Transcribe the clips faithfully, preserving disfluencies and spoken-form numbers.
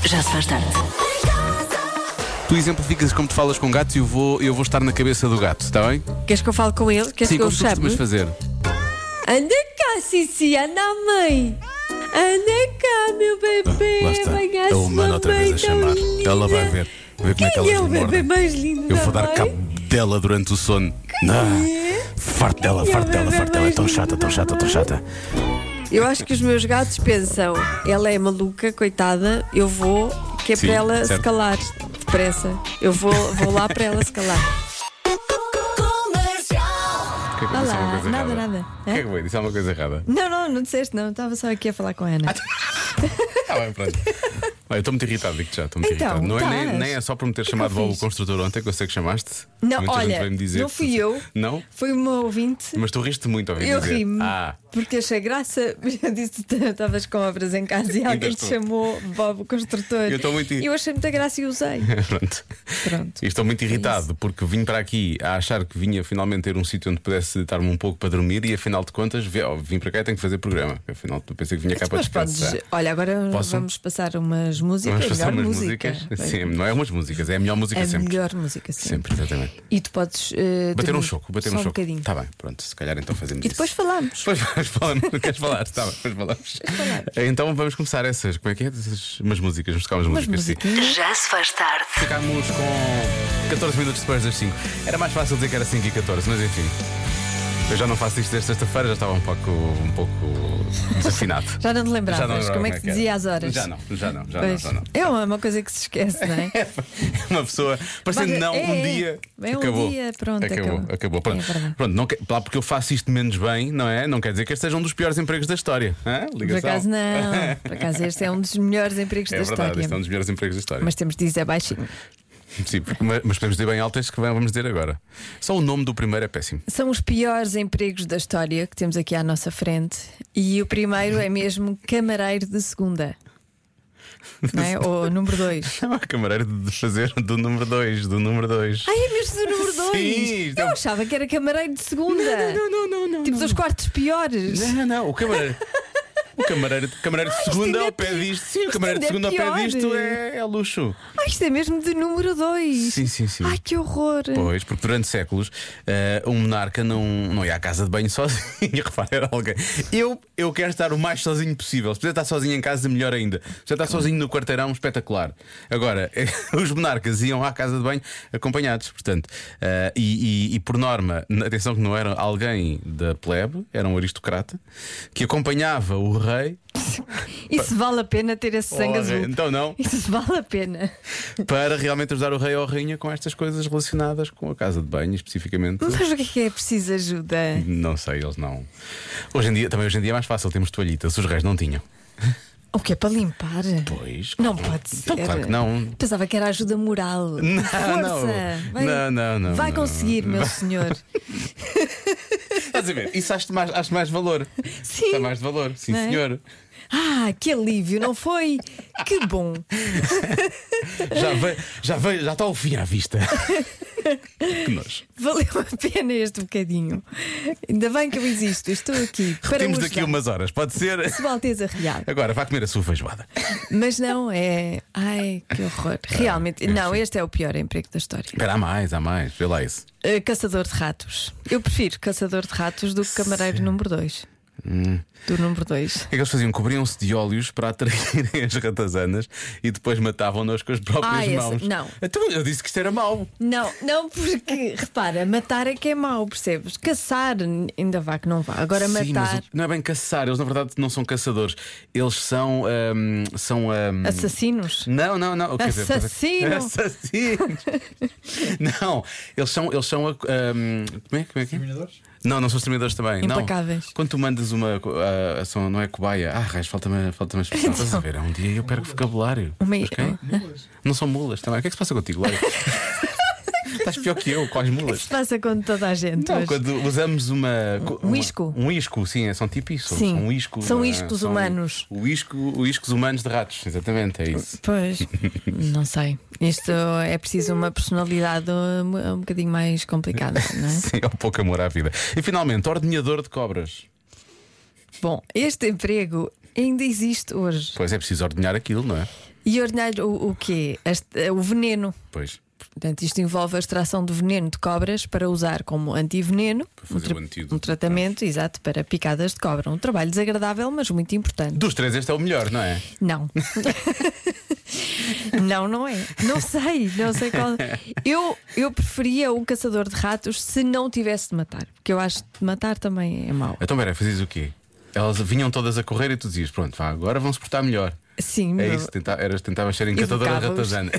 Já se faz tarde. Tu exemplificas como tu falas com gatos e eu vou, eu vou estar na cabeça do gato, está bem? Queres que eu fale com ele? Queres Sim, que eu como tu chame? costumas fazer. Anda cá, Cici, anda mãe. Anda cá, meu bebê. Lá está, Venha a humana outra vez a chamar. Ela vai ver, ver como é que Quem elas é o me bebê mordem. mais lindo Eu da vou dar mãe? cabo dela durante o sono. Ah, farto dela, Quem é o farto dela, bebê farto dela. É mais tão lindo chata, tão da chata, tão chata. Eu acho que os meus gatos pensam, ela é maluca, coitada, eu vou, que é Sim, para ela certo. se calar depressa. Eu vou, vou lá para ela se calar. O que é que eu disse Olá, alguma coisa nada, errada? nada. O que é que foi? Disse alguma coisa errada? Não, não, não disseste, não. Estava só aqui a falar com a Ana. Ah, bem, pronto. Olha, eu estou muito irritado, digo-te já, estou muito Então, irritado. Não é, nem, estás? nem é só por me ter que chamado eu ao fiz? construtor ontem, que eu sei que chamaste. Não, Muita gente olha, veio-me dizer não que- fui eu. Não? Foi uma ouvinte. Mas tu riste muito ao ouvir Eu dizer. ri-me, Ah, porque achei graça. Eu disse que estavas com obras em casa e Ainda alguém te estou. chamou Bob o construtor. Eu estou muito- E eu achei muita graça e usei. pronto. Pronto. E estou muito irritado porque vim para aqui a achar que vinha finalmente ter um sítio onde pudesse estar-me um pouco para dormir e afinal de contas vi- ó, vim para cá e tenho que fazer programa. Afinal, eu pensei que vinha cá para Mas podes, descansar. olha, agora Posso? vamos passar umas músicas. Vamos passar melhor umas música. músicas? Sim, não é umas músicas, é a melhor música É a sempre. melhor música sempre. Sempre, exatamente. E tu podes eh, Bater um dormir choco, bater só um um choco. bocadinho. Está bem, pronto, se calhar então fazemos E depois isso. falamos. Depois vamos falando, não queres falar? Está bem, depois falamos. falamos. Então vamos começar essas, como é que é? Essas, umas músicas, vamos tocar umas Umas músicas. sim. musiquinhas. Já se faz tarde. Ficámos com catorze minutos depois das cinco. Era mais fácil dizer que era cinco e catorze, mas enfim. Eu já não faço isto desde sexta-feira, já estava um pouco, um pouco desafinado. Já não te lembravas Já não lembrava como é que se era. dizia as horas? Já não, já não, já Pois. não, já não. É uma, uma coisa que se esquece, não é? Uma pessoa, parecendo Mas não, é, um é. dia. É um acabou. dia, pronto, acabou. acabou. acabou. Pronto, É verdade. pronto não, quer- lá porque eu faço isto menos bem, não é? Não quer dizer que este seja um dos piores empregos da história. Hã? Por Ligação. acaso não. Por acaso este é um dos melhores empregos É da verdade, história. este é um dos melhores empregos da história. Mas temos de dizer baixinho. Sim, porque- mas mas podemos dizer bem altas que vamos dizer agora. Só o nome do primeiro é péssimo. São os piores empregos da história que temos aqui à nossa frente. E o primeiro é mesmo camareiro de segunda. Não é? Ou número dois. Não, a camareira de fazer do número dois, do número dois. Ai, é mesmo do número dois. Sim, Eu então- achava que era camareiro de segunda. Não, não, não, não. Tipo não, dos quartos piores. Não, não, o camareiro. O camareiro, camareiro de segunda ainda ao é pé pi- disto. Sim, o isto camareiro de ainda é segunda ao pé pior. disto é, é luxo. Ai, isto é mesmo de número dois. Sim, sim, sim. Ai, que horror. Pois, porque durante séculos eh, um monarca não, não ia à casa de banho sozinho. Repara, era alguém. Eu, eu quero estar o mais sozinho possível. Se puder estar sozinho em casa, melhor ainda. Se puder estar sozinho no quarteirão, espetacular. Agora, os monarcas iam à casa de banho acompanhados, portanto. eh, e, e- e por norma, atenção que não era alguém da plebe, era um aristocrata que acompanhava o rei. Isso vale a pena ter esse sangue Oh, azul. rei, então não. Isso vale a pena. Para realmente ajudar o rei ou a rainha com estas coisas relacionadas com a casa de banho, especificamente. Mas o que é que é preciso ajuda? Não sei, eles não. Hoje em dia, também hoje em dia é mais fácil, temos toalhitas, os reis não tinham. O que é para limpar? Pois. Não pode ser. Então, claro que não. Pensava que era ajuda moral. Não, Força. não. Vai, Não, não, não, Vai não. conseguir, meu senhor. Estás a ver? Isso acho mais, acho mais valor. Sim. Dá mais de valor, sim, Não é? senhor. Ah, que alívio, não foi? Que bom. Já veio, já veio, já está o fim à vista. Que nojo. Valeu a pena este bocadinho. Ainda bem que eu existo. Estou aqui para Repetimos o daqui ajudar. umas horas, pode ser? Sua Alteza Real. Agora vá comer a sua feijoada. Mas não, é. Ai, que horror. Realmente, não, este é o pior emprego da história. Espera, há mais, há mais. Vê lá isso. Uh, caçador de ratos. Eu prefiro caçador de ratos do que camareiro número dois. Do número dois. O que é que eles faziam? Cobriam-se de óleos para atraírem as ratazanas e depois matavam-nas com as próprias Ah, esse- mãos. não. Então eu disse que isto era mau. Não, não, porque repara, matar é que é mau, percebes? Caçar, ainda vá que não vá. Agora Sim, mas matar. o- não é bem caçar, eles na verdade não são caçadores, eles são. ahm, são ahm, Assassinos. Não, não, não. Quer dizer, Assassino. Assassinos. Não, eles são. Eles são ahm, como é? Como é que é? Exterminadores? Não, não são exterminadores também. Implacáveis. Não. Quando tu mandas uma. ah, são, não é cobaia. Ah, raios, falta-me falta a expressão. Estás a ver? É um dia eu perco vocabulário. Uma- Mas quem? Não são mulas também. O que é que se passa contigo, Lário? Estás pior que eu com as O que mulas. se passa com toda a gente Não, hoje? quando usamos uma. Um uma- isco. Um isco, sim, são tipo isso. Sim. São, um isco, São não é? iscos São humanos. O isco, o iscos humanos de ratos, exatamente, é isso. Pois, não sei. Isto é preciso uma personalidade um, um bocadinho mais complicada, não é? Sim, é um pouco amor à vida. E finalmente, ordenhador de cobras. Bom, este emprego ainda existe hoje. Pois é preciso ordenhar aquilo, não é? E ordenhar o, o quê? Este- o veneno. Pois. Portanto, isto envolve a extração do veneno de cobras para usar como antiveneno. Para Um, fazer o antídoto. um tratamento, exato, para picadas de cobra. Um trabalho desagradável, mas muito importante. Dos três, este é o melhor, não é? Não. Não, não é. Não sei, não sei qual. Eu, eu preferia um caçador de ratos se não tivesse de matar, porque eu acho que matar também é mau. Então, pera, fazias o quê? Elas vinham todas a correr e tu dizias: pronto, vá, agora vão se portar melhor. Sim, É meu- isso, tenta, eras, tentavas ser encantadora de Educava-os. ratazana.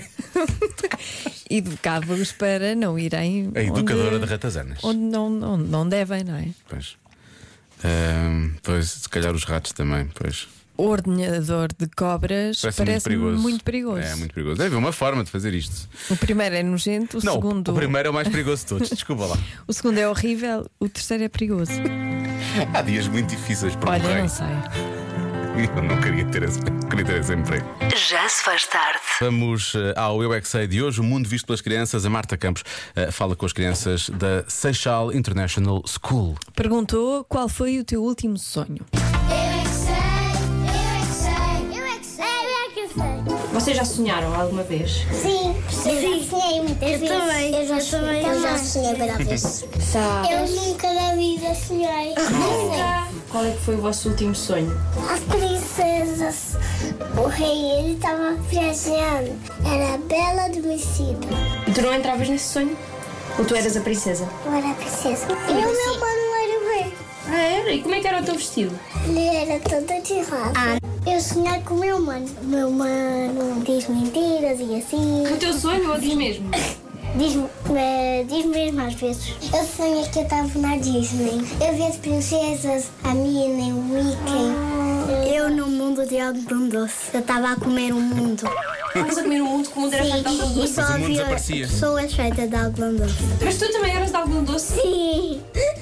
educava-os para não irem. A educadora onde, de ratazanas. onde não, não, não devem, não é? Pois. Ahm, pois, se calhar os ratos também, pois. O ordenhador de cobras Parece, parece, muito perigoso. muito perigoso. É muito perigoso. Deve haver uma forma de fazer isto. O primeiro é nojento, o Não, segundo. o primeiro é o mais perigoso de todos. Desculpa lá. O segundo é horrível, o terceiro é perigoso. Há dias muito difíceis para Olha, morrer. não sei. Eu não queria ter esse, queria ter esse emprego. Já se faz tarde. Vamos eh, ao Eu é que Sei de hoje, o mundo visto pelas crianças. A Marta Campos eh, fala com as crianças da Seixal International School. Perguntou qual foi o teu último sonho. Eu é que sei, eu é que sei, eu é que sei, eu é que sei. Vocês já sonharam alguma vez? Sim, eu já sonhei muitas vezes. Eu também, eu já sonhei, eu já sonhei várias vezes. Eu nunca na vida sonhei. Nunca. Qual é que foi o vosso último sonho? As princesas, o rei, ele estava viajando. Era a Bela Adormecida. E tu não entravas nesse sonho? Ou tu eras a princesa? Eu era a princesa. E o meu mano era o rei. Ah, era? E como é que era o teu vestido? Ele era todo de rosa. Eu sonhei com o meu mano. O meu mano diz mentiras e assim. O teu sonho ou diz mesmo? Diz-me eh, diz mesmo às vezes. Eu sonhei que eu estava na Disney. Eu vi as princesas, a Minnie, o Mickey. Eu no mundo de algodão doce. Eu estava a comer um mundo. Estavas a comer um mundo como um era feito de algodão E doce. só Mas o mundo havia desaparecia. pessoas feitas de algodão doce. Mas tu também eras de algodão doce? Sim.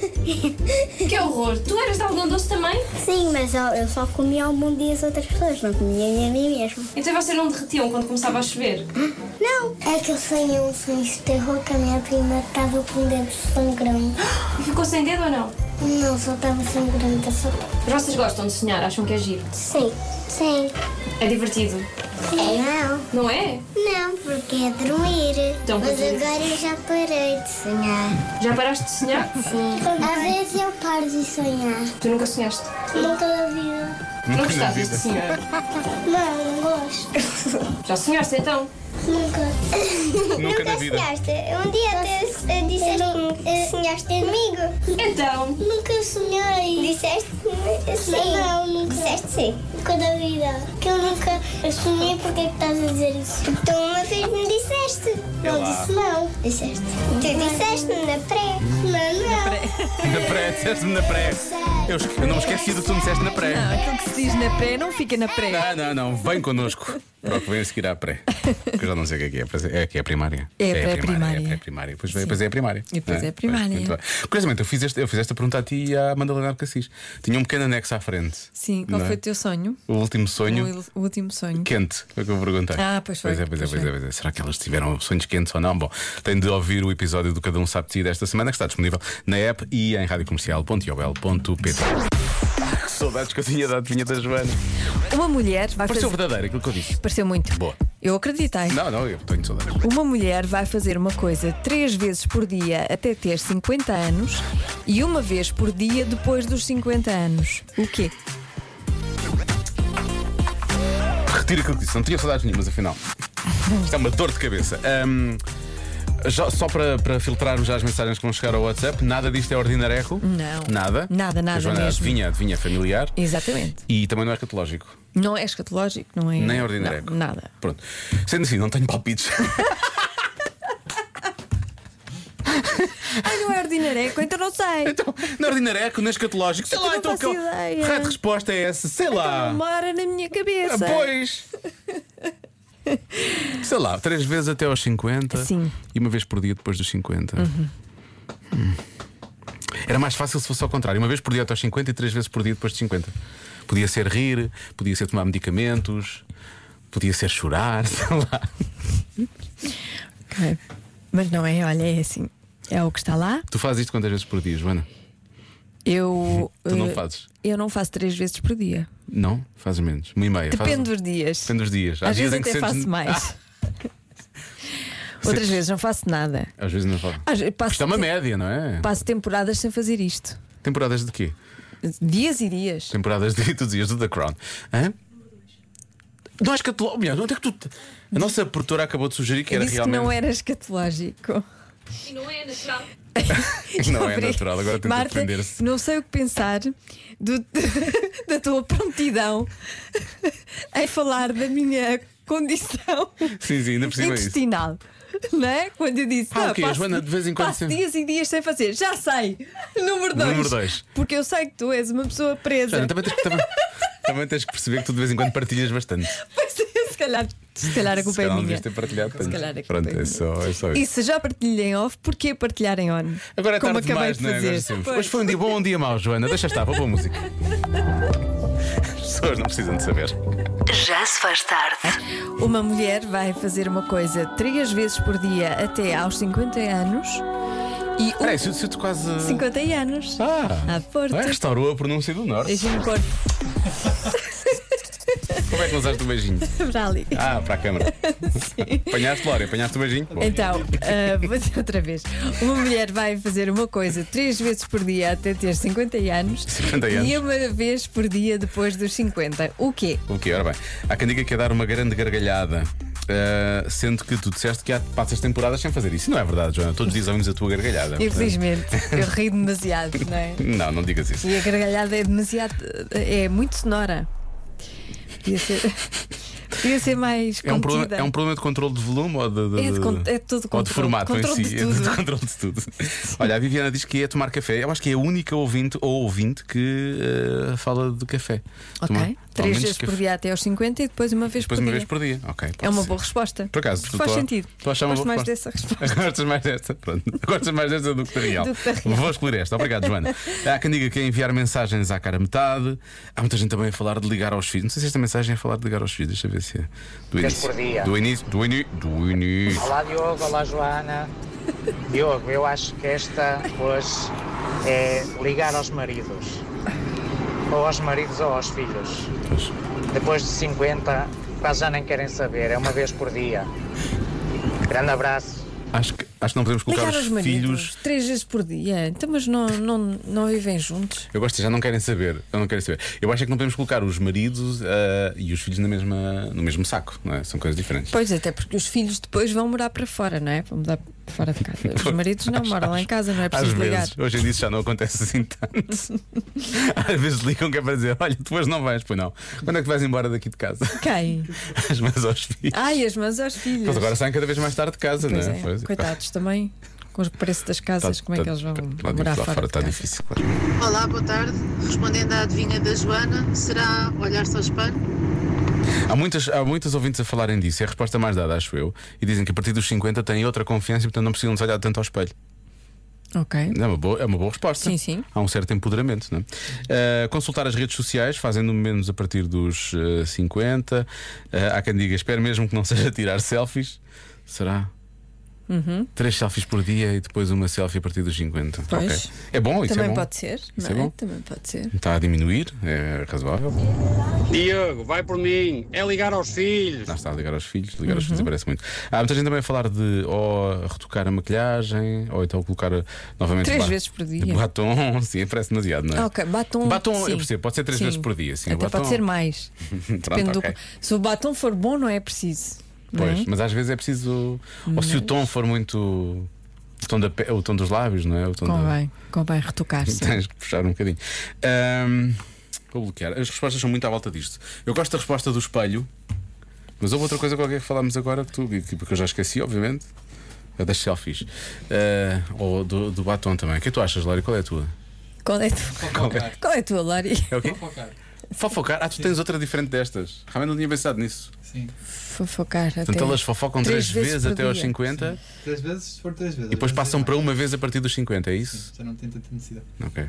Que horror! Tu eras de algodão doce também? Sim, mas eu, eu só comia ao mundo e as outras pessoas. Não comia nem a mim mesmo. Então vocês não derretiam quando começava a chover? Não. É que eu sonhei um sonho de terror que a minha prima estava com o dedo sangrando. E ficou sem dedo ou não? Não, só estava sangrando da só. Mas vocês gostam de sonhar? Acham que é giro? Sim. Sim. É divertido? É, não. Não é? Não, porque é dormir. Então, Mas porque- agora eu já parei de sonhar. Já paraste de sonhar? Sim. Às vezes eu paro de sonhar. Tu nunca sonhaste? Nunca na vida. Não Nunca na gostavas de vida. sonhar? Não, não gosto. Já sonhaste então? Nunca. Nunca na vida. sonhaste? Um dia te disseste que sonhaste comigo. Então, Nunca sonhei. Disseste sim. Não, nunca. Disseste sim. Nunca da vida. Que eu nunca sonhei, porque é que estás a dizer isso? Então uma vez me disseste. Não lá. disse não. Disseste. Tu disseste na pré. Não, não. Na pré, disseste-me na pré. Eu, esque- eu não me esqueci do que tu me disseste na pré. Não, aquilo que se diz na pré não fica na pré. Não, não, não, vem connosco. Para o que vem a seguir à pré. Porque eu já não sei o que é que é. Parece- É que é a primária. É a a pré-primária. É a pré-primária. Depois, vem- depois é a primária. E depois Não é a primária. Pois, muito bem. Curiosamente, eu fiz, este, eu fiz esta pergunta a ti e à Madalena Arcacis. Tinha um pequeno anexo à frente. Sim, qual Não é? foi o teu sonho? O último sonho. O, il- o último sonho. Quente, foi o que eu perguntei. Ah, pois foi, Pois é, pois é, pois pois é, foi. pois é. Será que elas tiveram sonhos quentes ou não? Bom, tem de ouvir o episódio do Cada Um Sabe de Si desta semana, que está disponível na app e em radiocomercial ponto iobel ponto pt. Que saudades que eu tinha da adivinha da Joana. Uma mulher vai Pareceu fazer. verdadeiro aquilo que eu disse. Pareceu muito. Boa. Eu acreditei. Não, não, eu tenho saudades. Uma mulher vai fazer uma coisa três vezes por dia até ter cinquenta anos e uma vez por dia depois dos cinquenta anos. O quê? Retiro aquilo que disse, não tinha saudades nenhumas, afinal. Isto é uma dor de cabeça. Ahm, já- só para, para filtrarmos já as mensagens que vão chegar ao WhatsApp, nada disto é ordinareco? Não. Nada? Nada, nada A Joana mesmo. adivinha, adivinha familiar Exatamente. e também não é escatológico. Não é escatológico, não é. Nem é ordinareco. Não, nada. Pronto. Sendo assim, não tenho palpites. Ai, não é ordinareco, então não sei. Então, não é ordinareco, nem escatológico. Sei Eu lá, não então faço que eu- ideia. Raio de resposta é essa, sei lá. Não mora na minha cabeça. Ah, Pois. Sei lá, três vezes até aos cinquenta. Sim. E uma vez por dia depois dos cinquenta. Hum. Era mais fácil se fosse ao contrário. Uma vez por dia até aos cinquenta e três vezes por dia depois dos cinquenta. Podia ser rir, podia ser tomar medicamentos, podia ser chorar, sei lá. Ok. Mas não é, olha, é assim. É o que está lá. Tu fazes isto quantas vezes por dia, Joana? Eu. Tu não eh, fazes? Eu não faço três vezes por dia. Não? Fazes menos? Uma e meia? Depende Faz... dos dias. Depende dos dias. Às dias vezes em que até sentes... faço mais. Ah. Outras vezes não faço nada. Às vezes não faço. Às vezes passo Isto é uma te- média, não é? Passo temporadas sem fazer isto. Temporadas de quê? Dias e dias. Temporadas de tu dias do The Crown. Hã? Não é escatológico. Onde é que tu. A nossa produtora acabou de sugerir que Eu era disse realmente. que não era escatológico. E não é natural. Não é Obrigada. natural, agora tenta Marta, defender-se. não sei o que pensar do- da tua prontidão em falar da minha condição Sim, sim, ainda por cima é isso. intestinal. Não é? Quando eu disse, Ah, "Não, o quê? passo, Joana, de vez em quando passo sempre- dias e dias sem fazer. Já sei. Número dois. Número dois. Porque eu sei que tu és uma pessoa presa. Joana, também, tens que, também, também tens que perceber que tu de vez em quando partilhas bastante. Pois é, se calhar, se calhar a Se culpa é calhar não minha. devias ter partilhado tanto. calhar a culpa Pronto, é é minha. só, é só E isso. se já partilhei em off, porquê partilhar em on? Agora é Como tarde acabei demais, de não é? fazer. Agora sempre. Pois. Hoje foi um dia bom ou um dia mau, Joana? Deixa estar, vou pôr música. As pessoas não precisam de saber. Já se faz tarde. Uma mulher vai fazer uma coisa três vezes por dia até aos cinquenta anos e Peraí, um... se se tu quase. cinquenta anos. Ah, À porta. é, restaurou a pronúncia do norte. Beijinho corpo Como é que usaste o beijinho? para ali. Ah, para a câmara. Apanhaste, Lória, apanhaste o beijinho? Bom. Então, ah, vou dizer outra vez. Uma mulher vai fazer uma coisa três vezes por dia até ter cinquenta anos, cinquenta anos. e uma vez por dia depois dos cinquenta. O quê? O quê? Ora bem, há quem diga que é dar uma grande gargalhada. Uh, sendo que tu disseste que há passas temporadas sem fazer isso. Não é verdade, Joana? Todos os dias ouvimos a tua gargalhada. Infelizmente, eu rio demasiado, não é? Não, não digas isso. E a gargalhada é demasiado. É muito sonora. Podia ser, podia ser mais É um, problema, contida. é um problema de controle de volume ou de, de, É de con- é todo ou de controle- formato controle em si? de É de tudo. controle de tudo. Olha, a Viviana diz que é tomar café. Eu acho que é a única ouvinte ou ouvinte que uh, fala de café. Ok. Tomar- Três menos vezes por café. dia até aos cinquenta e depois uma vez Depois por uma dia. vez por dia. Ok, É pode uma ser. boa resposta. Por acaso, Porque tu- faz tu- sentido. tu achas uma Gosto boa mais resposta? dessa resposta. Gostas mais desta? Pronto. Gostas mais desta do que da real. Do que da real. Vou escolher esta. Obrigado, Joana. Há quem diga que é enviar mensagens à cara metade. Há muita gente também a falar de ligar aos filhos. Não sei se esta mensagem é falar de ligar aos filhos. Deixa eu ver se é. Do Vez início. por dia. Do início. Do início. Do início. Olá Diogo, olá Joana. Diogo, eu acho que esta hoje é ligar aos maridos. Ou aos maridos ou aos filhos. Pois. Depois de cinquenta, quase já nem querem saber, é uma vez por dia. Grande abraço. Acho que, acho que não podemos colocar Ligar os aos maridos filhos. três vezes por dia. Então, mas não, não, não vivem juntos. Eu gosto, já não querem saber. Eu não quero saber. Eu acho é que não podemos colocar os maridos ah, e os filhos na mesma, no mesmo saco, não é? São coisas diferentes. Pois, até porque os filhos depois vão morar para fora, não é? Vão mudar para fora de casa. Os maridos não moram lá em casa, não é Às preciso ligar. vezes, hoje em dia isso já não acontece assim tanto. Às vezes ligam que é para dizer: olha, depois não vais, pois não. Quando é que vais embora daqui de casa? Quem? As mães aos filhos. Ai, as mãos aos filhos. Eles agora saem cada vez mais tarde de casa, Pois não é, é? Pois- coitados também. Com o preço das casas, Tá- como é que tá- eles vão lá morar lá fora, fora de está casa? difícil, claro. Olá, boa tarde. Respondendo à adivinha da Joana, será olhar-se ao espelho? Há muitas, há muitas ouvintes a falarem disso, é a resposta mais dada, acho eu. E dizem que a partir dos cinquenta têm outra confiança e, portanto, não precisam de se olhar tanto ao espelho. Ok. É uma boa, é uma boa resposta. Sim, sim. Há um certo empoderamento, não é? Uh, consultar as redes sociais, fazendo menos a partir dos uh, cinquenta. Uh, há quem diga: espero mesmo que não seja tirar selfies. Será? Uhum. Três selfies por dia e depois uma selfie a partir dos cinquenta. Pois. Ok. É bom, isso Também é bom. pode ser, Isso não é é? bom. Também pode ser. Está a diminuir, é razoável. Diogo, vai por mim, é ligar aos filhos. Não está a ligar aos filhos, ligar aos Uhum. filhos parece muito. Há muita gente também a falar de ou retocar a maquilhagem, ou então colocar uh, novamente Três ba- vezes por dia. batom. Sim, parece demasiado, não é? Ah, ok, batom. Batom, sim. eu percebo, pode ser três Sim. vezes por dia. Sim, o Até batom- pode ser mais. Pronto, Depende ok. do... Se o batom for bom, não é preciso. não Pois, é? mas às vezes é preciso. Ou se o tom for muito. O tom, da pe... o tom dos lábios, não é? O tom da- Convém, convém retocar. sim. Tens que puxar um bocadinho. Ahm, Vou bloquear. As respostas são muito à volta disto. Eu gosto da resposta do espelho, mas houve outra coisa qualquer que falámos agora que tu, que que eu já esqueci, obviamente. É das selfies. Ah, ou do, do batom também. O que é que tu achas, Lória? Qual é a tua? Qual é a tua, Qual é a tua, Lari? É o quê? Fofocar. Ah, tu tens outra diferente destas. Realmente não tinha pensado nisso. Sim. Fofocar até. Portanto, elas fofocam Três três vezes vezes por até aos dia. cinquenta Três vezes, se for três vezes. e depois Às vezes passam é para mais. uma vez a partir dos cinquenta, é isso? Sim, já não tem tanta necessidade. Ok.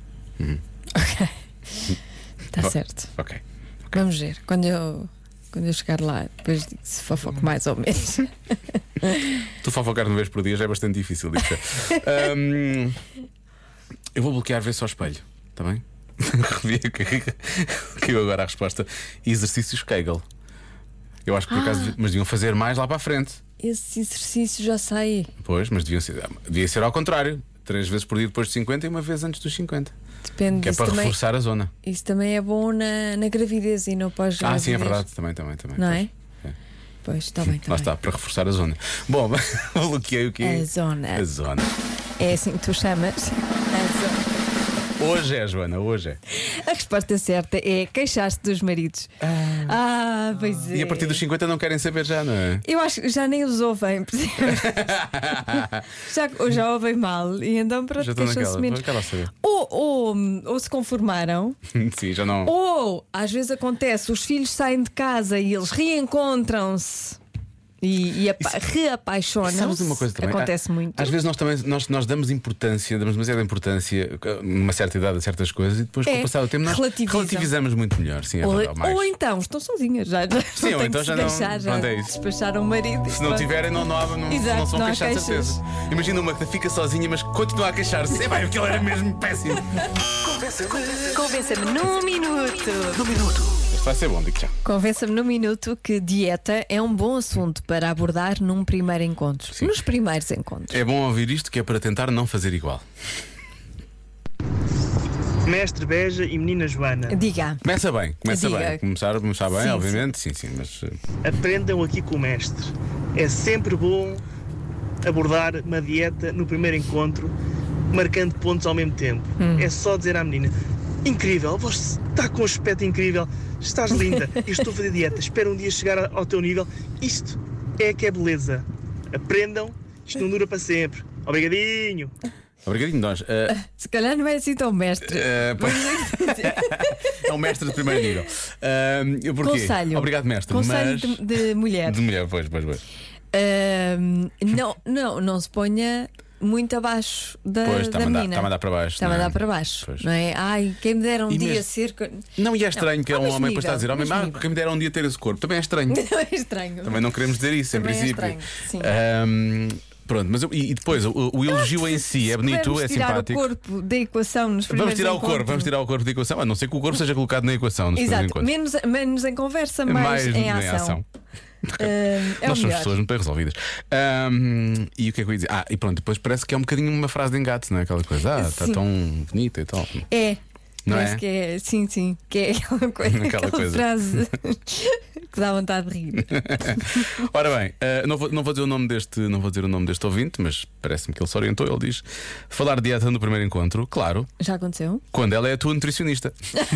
Está certo. Ok. Vamos ver. Quando eu, quando eu chegar lá, depois digo se fofoco mais ou menos. Tu fofocar uma vez por dia já é bastante difícil, digo já. Ahm, Eu vou bloquear ver só ao espelho, está bem? Caiu agora a resposta: exercícios Kegel. Eu acho que por acaso, ah. mas deviam fazer mais lá para a frente. Esse exercício já sai. Pois, mas deviam ser, devia ser ao contrário: três vezes por dia depois de cinquenta e uma vez antes dos cinquenta. Depende. Que é para também, reforçar a zona. Isso também é bom na, na gravidez e não pós-gravidez. Ah, sim, é verdade. Também, também, também. Não pois. é? É. Pois, está bem, está Lá bem. está, para reforçar a zona. Bom, bloqueei o quê? A zona. A zona. É assim que tu chamas? A zona. Hoje é, Joana, hoje é. A resposta certa é queixar-se dos maridos. Ah, ah pois é. E a partir dos cinquenta não querem saber já, não é? Eu acho que já nem os ouvem. já, ou já ouvem mal. E então pronto, queixam-se menos. Ou, ou, ou se conformaram. Sim, já não. Ou às vezes acontece, os filhos saem de casa e eles reencontram-se. E, e reapaixonam-se. Sabes uma coisa também? Acontece Há, muito. Às vezes nós também nós, nós damos importância, damos demasiada importância numa certa idade a certas coisas e depois, é, com o passar do tempo, nós relativizamos muito melhor. Sim, é ou, verdade, mais. ou então estão sozinhas já. já sim, não ou então já não. Queixar, já pronto, é isso. Despacharam o marido. Se não tiverem, não, não, há, não, Exato, não são não queixar de certeza. Imagina uma que fica sozinha, mas continua a queixar-se. É bem, porque ele era mesmo péssimo. Convença-me num minuto. Num minuto. Vai ser bom, digo já. Convença-me num minuto que dieta é um bom assunto para abordar num primeiro encontro. Sim. Nos primeiros encontros. É bom ouvir isto, que é para tentar não fazer igual. Mestre Beja e menina Joana. Diga. Começa bem, começa Diga. bem. Começar, começar bem, sim, obviamente. Sim, sim, mas. Aprendam aqui com o mestre. É sempre bom abordar uma dieta no primeiro encontro, marcando pontos ao mesmo tempo. Hum. É só dizer à menina: incrível, você está com um aspecto incrível, estás linda, eu estou a fazer dieta, espero um dia chegar ao teu nível. Isto é que é beleza. Aprendam, isto não dura para sempre. Obrigadinho. Obrigadinho, nós. Uh, Se calhar não é assim tão mestre. Uh, pois... é um mestre de primeiro nível. Uh, eu porquê? Conselho. Obrigado, mestre. Conselho mas... de, de mulher. De mulher, pois, pois, pois. Uh, não, não, não se ponha muito abaixo da, pois, da está menina. Está a mandar para baixo. Está a mandar para baixo. Pois. Não é? Ai, quem me dera um e dia mesmo... ser. Não, e é estranho não, que é um homem para estar a dizer: homem, ah, nível. quem me dera um dia ter esse corpo. Também é estranho. Não é estranho. Também não queremos dizer isso, Também em princípio. É estranho. Sim. Um, Pronto, mas eu, e depois o, o elogio em si é bonito, é simpático. Vamos tirar o corpo da equação nos Vamos tirar encontros. o corpo, vamos tirar o corpo da equação. A não ser que o corpo seja colocado na equação nos Exato, encontros. menos, menos em conversa, mais, mais em ação. ação. Uh, é Nós somos pessoas muito bem resolvidas. Um, e o que é que eu ia dizer? Ah, e pronto, depois parece que é um bocadinho uma frase de engate, não é? Aquela coisa, ah, está tão bonita e tal. É. Não Parece é? que é, sim, sim, que é aquela, coisa, aquela, aquela coisa. frase que dá vontade de rir. Ora bem, uh, não, vou, não, vou dizer o nome deste, não vou dizer o nome deste ouvinte, mas parece-me que ele se orientou. Ele diz: falar de dieta no primeiro encontro, claro. Já aconteceu? Quando ela é a tua nutricionista.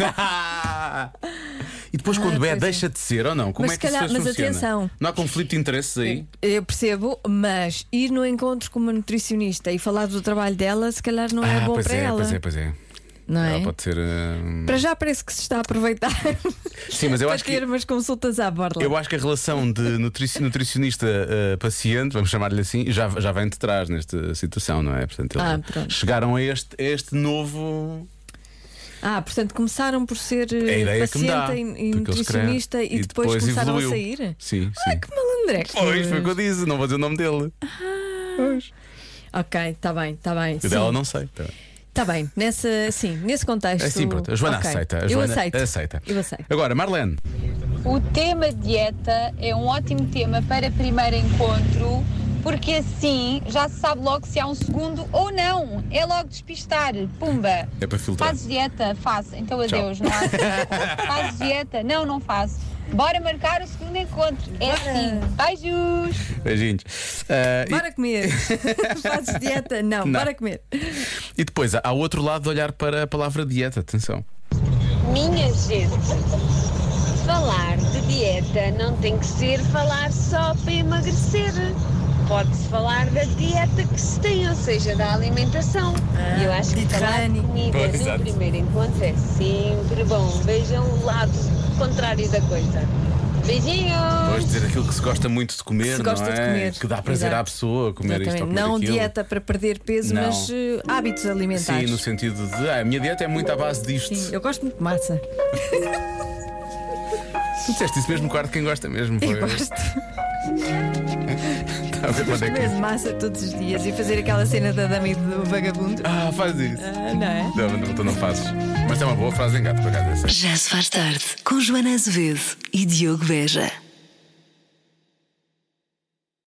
E depois, ah, quando é, deixa é. de ser ou não? Como mas é que calhar, isso mas funciona? Atenção. Não há conflito de interesses aí? Eu percebo, mas ir no encontro com uma nutricionista e falar do trabalho dela, se calhar não é ah, bom pois para é, ela. Pois é, pois é. Não é? Ela pode ser. Uh... Para já parece que se está a aproveitar. Sim, mas eu para acho ter que umas consultas à borla. Eu acho que a relação de nutrici... nutricionista-paciente, uh, vamos chamar-lhe assim, já, já vem de trás nesta situação, não é? Portanto, eles ah, chegaram a este, a este novo. Ah, portanto, começaram por ser paciente e nutricionista e, e depois, depois começaram evoluiu. a sair? Sim, sim. Ah, que malandreco. Pois, foi o que eu disse, não vou dizer o nome dele. Ah. Pois. Ok, está bem, está bem. O dela não sei. Tá. Está bem, nessa, sim, nesse contexto. Assim, pronto. A Joana okay. aceita. A eu Joana aceito. aceita. Eu aceito. Agora, Marlene. O tema dieta é um ótimo tema para primeiro encontro, porque assim já se sabe logo se há um segundo ou não. É logo despistar. Pumba. É para filtrar. Fazes dieta? Faço. Então adeus. Não há segundo. Fazes dieta? Não, não faço. Bora marcar o segundo encontro. É assim. Beijos. Beijinhos. Uh, bora e... comer. Fazes dieta? Não, não, bora comer. E depois há outro lado de olhar para a palavra dieta. Atenção. Minha gente, falar de dieta não tem que ser falar só para emagrecer. Pode-se falar da dieta que se tem, ou seja, da alimentação. E ah, eu acho que falar de comida pois, no exato. primeiro encontro é sempre bom. Vejam o lado contrário da coisa. Beijinhos! Pois dizer aquilo que se gosta muito de comer, se não gosta é? De comer. Que dá prazer Exato. à pessoa comer Exatamente. isto ou comer Não aquilo. dieta para perder peso, não. mas uh, hábitos alimentares. Sim, no sentido de ah, a minha dieta é muito à base disto. Sim, eu gosto muito de massa. Tu disseste isso mesmo, quarto, quem gosta mesmo. Foi... Eu gosto. Tá a ver quando é que... comer massa todos os dias e fazer aquela cena da dama e do vagabundo. Ah, faz isso. Ah, não é? Não, não, tu não fazes. Mas é uma boa frase de engate, por acaso. Já se faz tarde com Joana Azevedo e Diogo Beja.